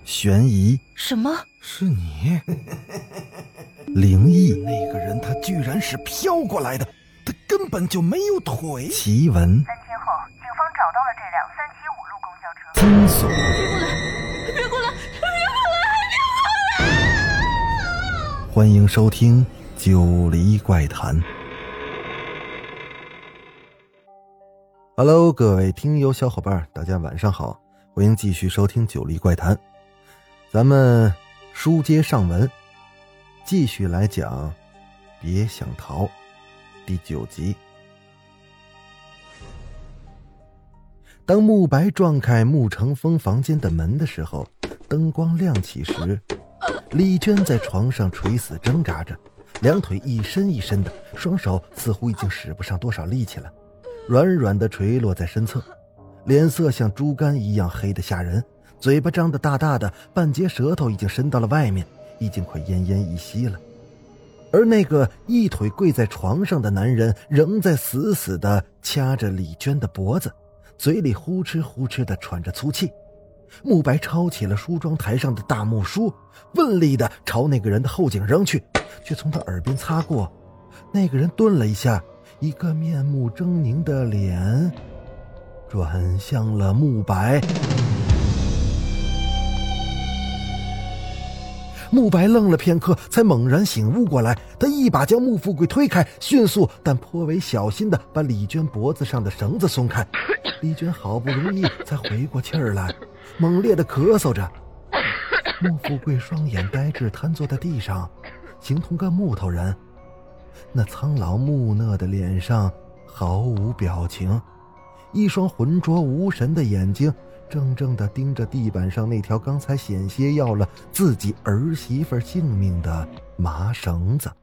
悬疑， 什么？ 是你？ 灵异， 那个人他居然是飘过来的，他根本就没有腿。 奇闻，3 天后，警方找到了这辆375路公交车。 惊悚， 别过来！别过来！ 欢迎收听九黎怪谈。Hello， 各位听友小伙伴，大家晚上好，欢迎继续收听九黎怪谈。咱们书接上文，继续来讲别想逃第9集。当慕白撞开穆成风房间的门的时候，灯光亮起时，丽娟在床上垂死挣扎着，两腿一伸一伸的，双手似乎已经使不上多少力气了，软软的垂落在身侧，脸色像猪肝一样黑得吓人，嘴巴张得大大的，半截舌头已经伸到了外面，已经快奄奄一息了。而那个一腿跪在床上的男人仍在死死地掐着丽娟的脖子，嘴里呼哧呼哧地喘着粗气。慕白抄起了梳妆台上的大木梳，奋力地朝那个人的后颈扔去，却从他耳边擦过。那个人顿了一下，一个面目狰狞的脸转向了慕白。慕白愣了片刻，才猛然醒悟过来，他一把将穆富贵推开，迅速但颇为小心地把李娟脖子上的绳子松开。李娟好不容易才回过气儿来，猛烈地咳嗽着。穆富贵双眼呆滞，瘫坐在地上，形同个木头人，那苍老木讷的脸上毫无表情，一双浑浊无神的眼睛怔怔地盯着地板上那条刚才险些要了自己儿媳妇性命的麻绳子。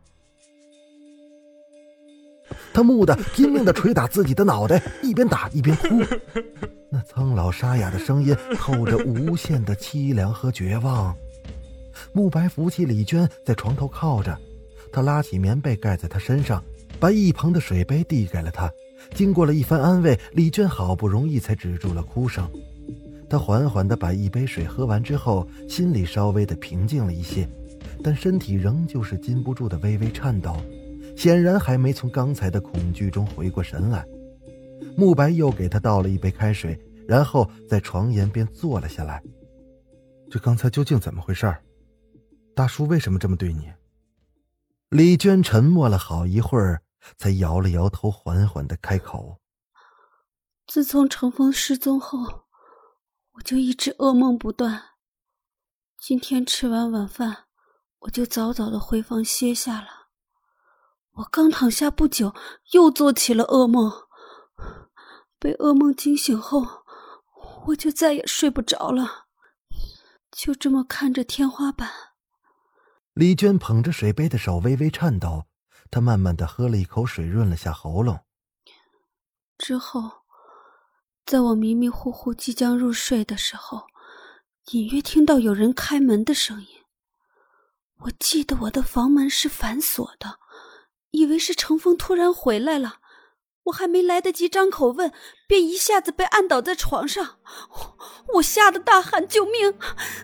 他蓦地拼命地捶打自己的脑袋，一边打一边哭，那苍老沙哑的声音透着无限的凄凉和绝望。慕白扶起李娟，在床头靠着，他拉起棉被盖在她身上，把一旁的水杯递给了她。经过了一番安慰，李娟好不容易才止住了哭声。他缓缓地把一杯水喝完之后，心里稍微的平静了一些，但身体仍旧是禁不住的微微颤抖，显然还没从刚才的恐惧中回过神来。慕白又给他倒了一杯开水，然后在床沿边坐了下来。这刚才究竟怎么回事？大叔为什么这么对你？李娟沉默了好一会儿，才摇了摇头，缓缓地开口。 自从程峰失踪后，我就一直噩梦不断。今天吃完晚饭，我就早早地回房歇下了。我刚躺下不久，又做起了噩梦。被噩梦惊醒后，我就再也睡不着了，就这么看着天花板。 李娟捧着水杯的手微微颤抖，她慢慢地喝了一口水，润了下喉咙。 之后，在我迷迷糊糊即将入睡的时候，隐约听到有人开门的声音。我记得我的房门是反锁的，以为是程峰突然回来了，我还没来得及张口问，便一下子被按倒在床上。我吓得大喊救命！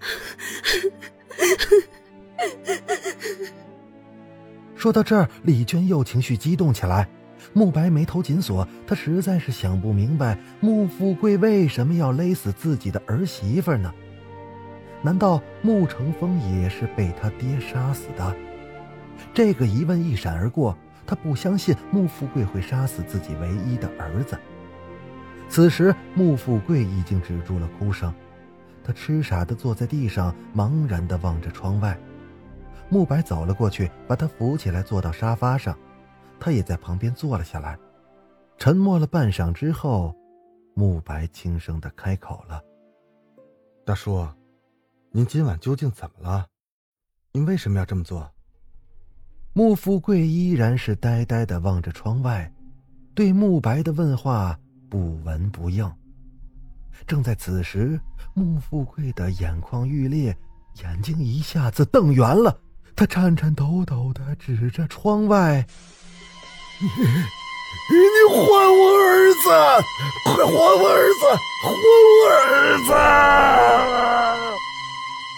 说到这儿，李娟又情绪激动起来。慕白眉头紧锁，他实在是想不明白穆富贵为什么要勒死自己的儿媳妇呢？难道穆成风也是被他爹杀死的？这个疑问一闪而过，他不相信穆富贵会杀死自己唯一的儿子。此时穆富贵已经止住了哭声，他痴傻地坐在地上，茫然地望着窗外。慕白走了过去，把他扶起来，坐到沙发上，他也在旁边坐了下来。沉默了半晌之后，慕白轻声地开口了：大叔，您今晚究竟怎么了？您为什么要这么做？穆富贵依然是呆呆地望着窗外，对慕白的问话不闻不应。正在此时，穆富贵的眼眶欲裂，眼睛一下子瞪圆了，他颤颤抖抖地指着窗外：你还我儿子，快还我儿子，还我儿子！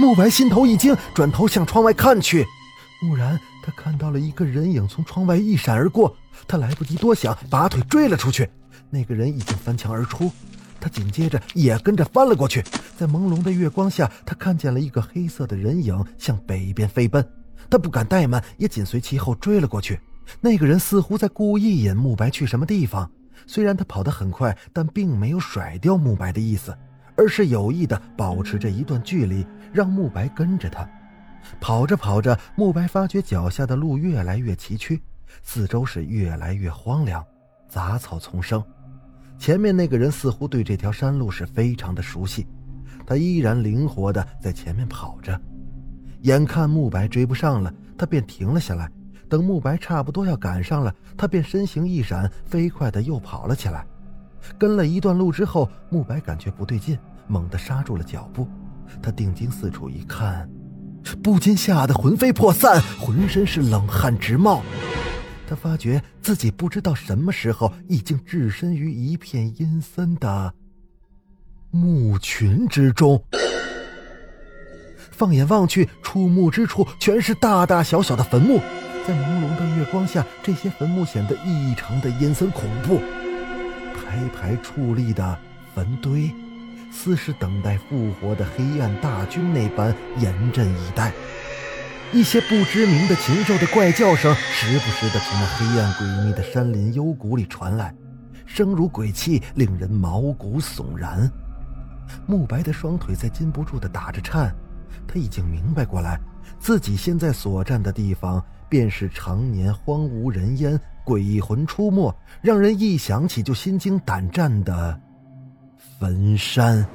慕白心头一惊，转头向窗外看去，蓦然他看到了一个人影从窗外一闪而过，他来不及多想，拔腿追了出去。那个人已经翻墙而出，他紧接着也跟着翻了过去。在朦胧的月光下，他看见了一个黑色的人影向北边飞奔，他不敢怠慢，也紧随其后追了过去。那个人似乎在故意引慕白去什么地方，虽然他跑得很快，但并没有甩掉慕白的意思，而是有意地保持着一段距离，让慕白跟着他。跑着跑着，慕白发觉脚下的路越来越崎岖，四周是越来越荒凉，杂草丛生。前面那个人似乎对这条山路是非常的熟悉，他依然灵活地在前面跑着。眼看慕白追不上了，他便停了下来，等慕白差不多要赶上了，他便身形一闪，飞快地又跑了起来。跟了一段路之后，慕白感觉不对劲，猛地刹住了脚步。他定睛四处一看，不禁吓得魂飞魄散，浑身是冷汗直冒。他发觉自己不知道什么时候已经置身于一片阴森的墓群之中。放眼望去，触目之处全是大大小小的坟墓，在朦胧的月光下，这些坟墓显得异常的阴森恐怖。排排矗立的坟堆，似是等待复活的黑暗大军那般严阵以待。一些不知名的禽兽的怪叫声时不时地从那黑暗诡秘的山林幽谷里传来，声如鬼泣，令人毛骨悚然。慕白的双腿在禁不住地打着颤，他已经明白过来，自己现在所站的地方便是常年荒无人烟、鬼魂出没，让人一想起就心惊胆战的坟山。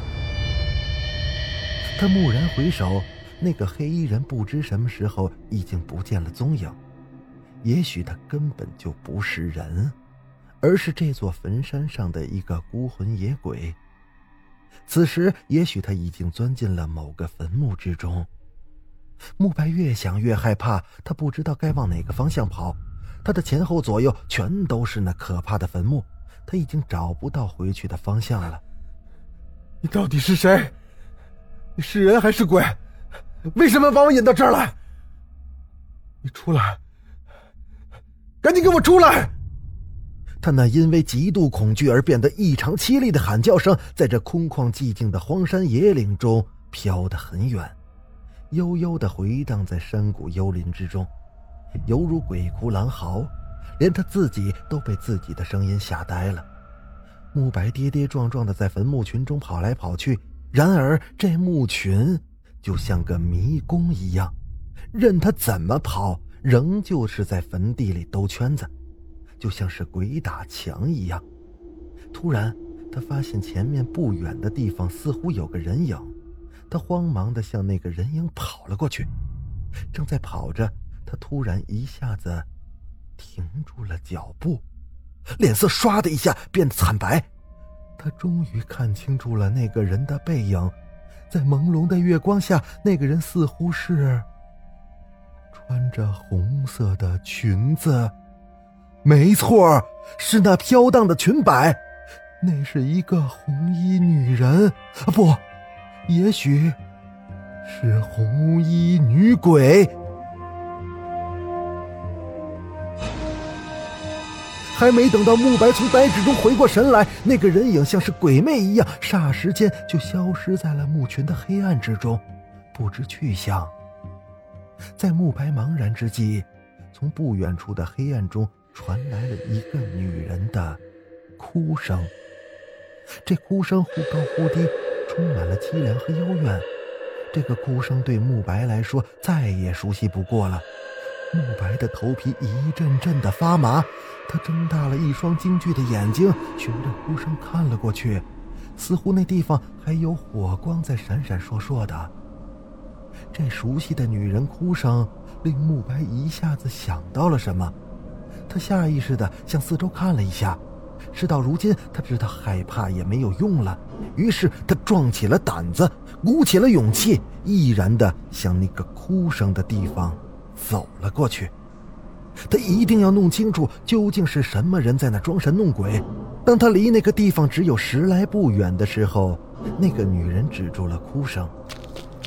他蓦然回首，那个黑衣人不知什么时候已经不见了踪影。也许他根本就不是人，而是这座坟山上的一个孤魂野鬼。此时也许他已经钻进了某个坟墓之中。慕白越想越害怕，他不知道该往哪个方向跑，他的前后左右全都是那可怕的坟墓，他已经找不到回去的方向了。 你到底是谁？你是人还是鬼？为什么把我引到这儿来？你出来，赶紧给我出来！ 他那因为极度恐惧而变得异常凄厉的喊叫声，在这空旷寂静的荒山野岭中飘得很远，悠悠地回荡在山谷幽林之中，犹如鬼哭狼嚎，连他自己都被自己的声音吓呆了。慕白跌跌撞撞地在坟墓群中跑来跑去，然而这墓群就像个迷宫一样，任他怎么跑，仍旧是在坟地里兜圈子，就像是鬼打墙一样。突然他发现前面不远的地方似乎有个人影，他慌忙地向那个人影跑了过去。正在跑着，他突然一下子停住了脚步，脸色唰的一下变得惨白。他终于看清楚了那个人的背影，在朦胧的月光下，那个人似乎是穿着红色的裙子。没错，是那飘荡的裙摆，那是一个红衣女人，不，也许是红衣女鬼。还没等到慕白从呆滞中回过神来，那个人影像是鬼魅一样，霎时间就消失在了墓群的黑暗之中，不知去向。在慕白茫然之际，从不远处的黑暗中传来了一个女人的哭声。这哭声忽高忽低，充满了凄凉和幽怨。这个哭声对慕白来说再也熟悉不过了。慕白的头皮一阵阵的发麻，他睁大了一双惊惧的眼睛，循着哭声看了过去，似乎那地方还有火光在闪闪烁烁的。这熟悉的女人哭声令慕白一下子想到了什么，他下意识地向四周看了一下，事到如今他知道害怕也没有用了，于是他壮起了胆子，鼓起了勇气，毅然地向那个哭声的地方走了过去。他一定要弄清楚究竟是什么人在那装神弄鬼。当他离那个地方只有10来步远的时候，那个女人止住了哭声。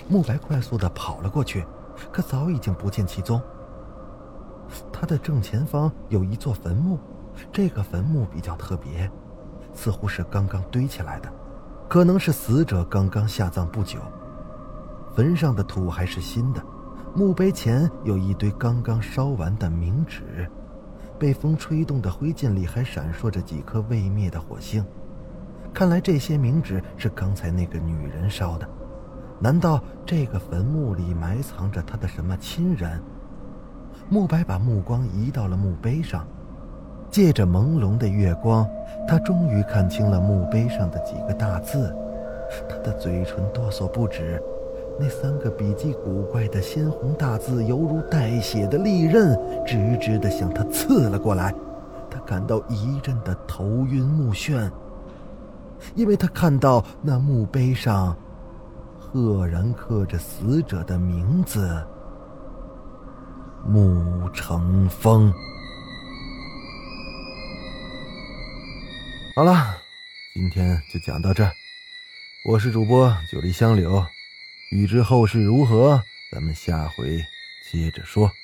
慕白快速地跑了过去，可早已经不见其踪。他的正前方有一座坟墓，这个坟墓比较特别，似乎是刚刚堆起来的，可能是死者刚刚下葬不久。坟上的土还是新的，墓碑前有一堆刚刚烧完的冥纸，被风吹动的灰烬里还闪烁着几颗未灭的火星。看来这些冥纸是刚才那个女人烧的。难道这个坟墓里埋藏着他的什么亲人？慕白把目光移到了墓碑上，借着朦胧的月光，他终于看清了墓碑上的几个大字。他的嘴唇哆嗦不止，那3个笔迹古怪的鲜红大字犹如带血的利刃，直直地向他刺了过来。他感到一阵的头晕目眩，因为他看到那墓碑上赫然刻着死者的名字穆成风。好了，今天就讲到这儿。我是主播九黎香柳，欲知后事如何，咱们下回接着说。